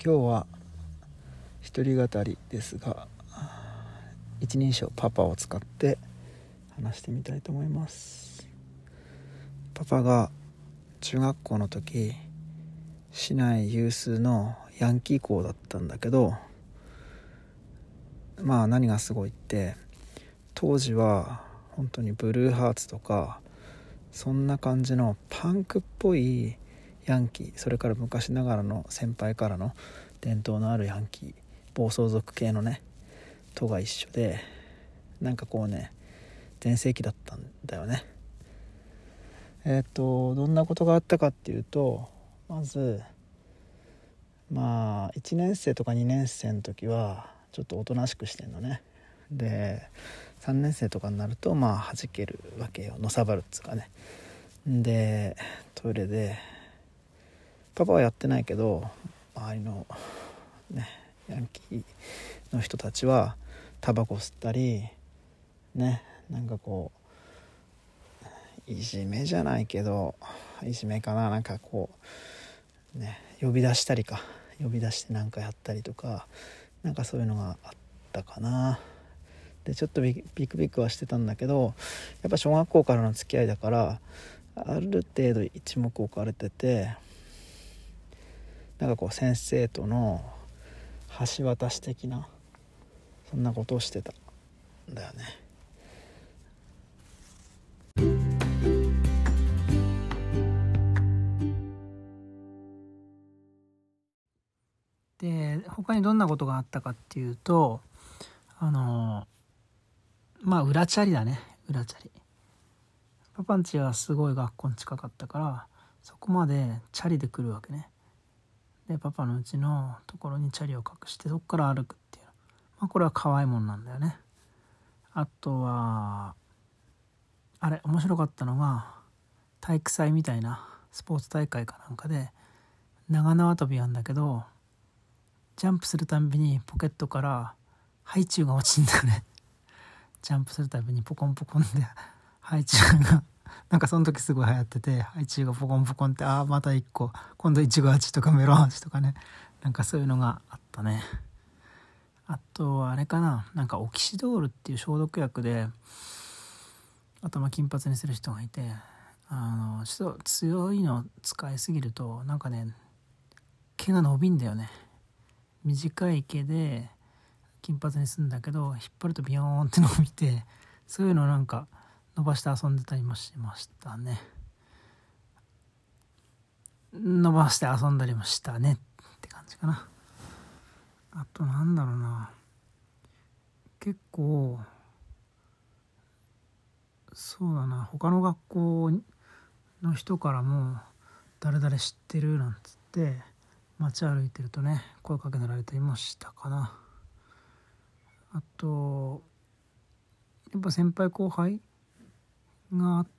今日は一人語りですが、一人称パパを使って話してみたいと思います。パパが中学校の時、市内有数のヤンキー校だったんだけど、何がすごいって、当時は本当にブルーハーツとかそんな感じのパンクっぽいヤンキー、それから昔ながらの先輩からの伝統のあるヤンキー、暴走族系のねとが一緒で、全盛期だったんだよね。どんなことがあったかっていうと、まず1年生とか2年生の時はちょっとおとなしくしてんのね。で3年生とかになると弾けるわけよ、のさばるっつうかね。でトイレでパパはやってないけど、周りのねヤンキーの人たちはタバコ吸ったりね、いじめじゃないけど、いじめかな、呼び出してやったりとか、そういうのがあったかな。でちょっとビクビクはしてたんだけど、やっぱ小学校からの付き合いだからある程度一目置かれてて、先生との橋渡し的な、そんなことをしてたんだよね。で他にどんなことがあったかっていうと、裏チャリだね。裏チャリ、パパん家はすごい学校に近かったから、そこまでチャリで来るわけね。でパパの家のところにチャリを隠して、そこから歩くっていう、これは可愛いもんなんだよね。あとは面白かったのが、体育祭みたいなスポーツ大会かなんかで長縄跳びやんだけど、ジャンプするたんびにポケットからハイチュウが落ちんだよね。ジャンプするたびにポコンポコンでハイチュウがその時すごい流行ってて、ハイチュウがポコンポコンって、また1個、今度イチゴ味とかメロン味とかね、そういうのがあったね。あとはオキシドールっていう消毒薬で頭金髪にする人がいて、ちょっと強いの使いすぎると毛が伸びんだよね。短い毛で金髪にするんだけど、引っ張るとビヨーンって伸びて、そういうの伸ばして遊んでたりもしましたね。伸ばして遊んだりもしたねって感じかな。あと結構そうだな、他の学校の人からも誰々知ってるなんつって街歩いてるとね、声かけられたりもしたかな。あとやっぱ先輩後輩があって、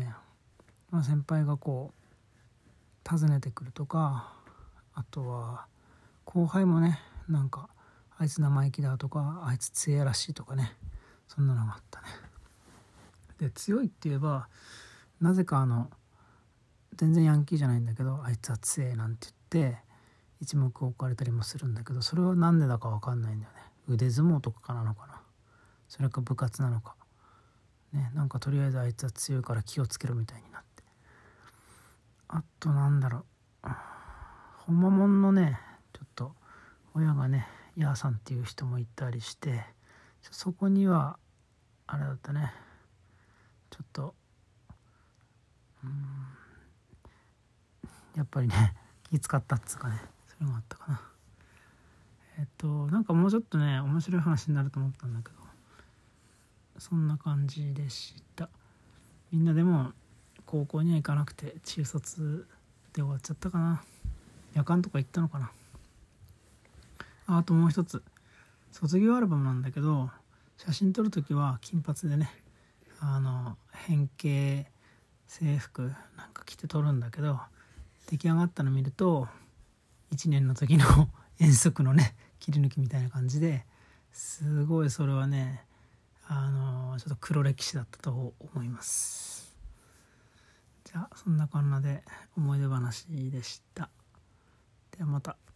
先輩が訪ねてくるとか、あとは後輩もねあいつ生意気だとか、あいつ強いらしいとかね、そんなのがあったね。で強いって言えば、なぜか全然ヤンキーじゃないんだけど、あいつは強いなんて言って一目置かれたりもするんだけど、それはなんでだか分かんないんだよね。腕相撲とかなのかな、それか部活なのかね。とりあえずあいつは強いから気をつけろみたいになって、あとほんまもんのね、ちょっと親がねヤーさんっていう人もいたりして、そこにはあれだったね、ちょっとやっぱりね気使ったっつうかね、そういうのがあったかな。もうちょっとね面白い話になると思ったんだけど、そんな感じでした。みんなでも高校には行かなくて中卒で終わっちゃったかな。夜間とか行ったのかな。あともう一つ、卒業アルバムなんだけど、写真撮るときは金髪でね、変形制服着て撮るんだけど、出来上がったの見ると1年の時の遠足のね切り抜きみたいな感じで、すごいそれはねちょっと黒歴史だったと思います。じゃあそんなこんなで思い出話でした。ではまた。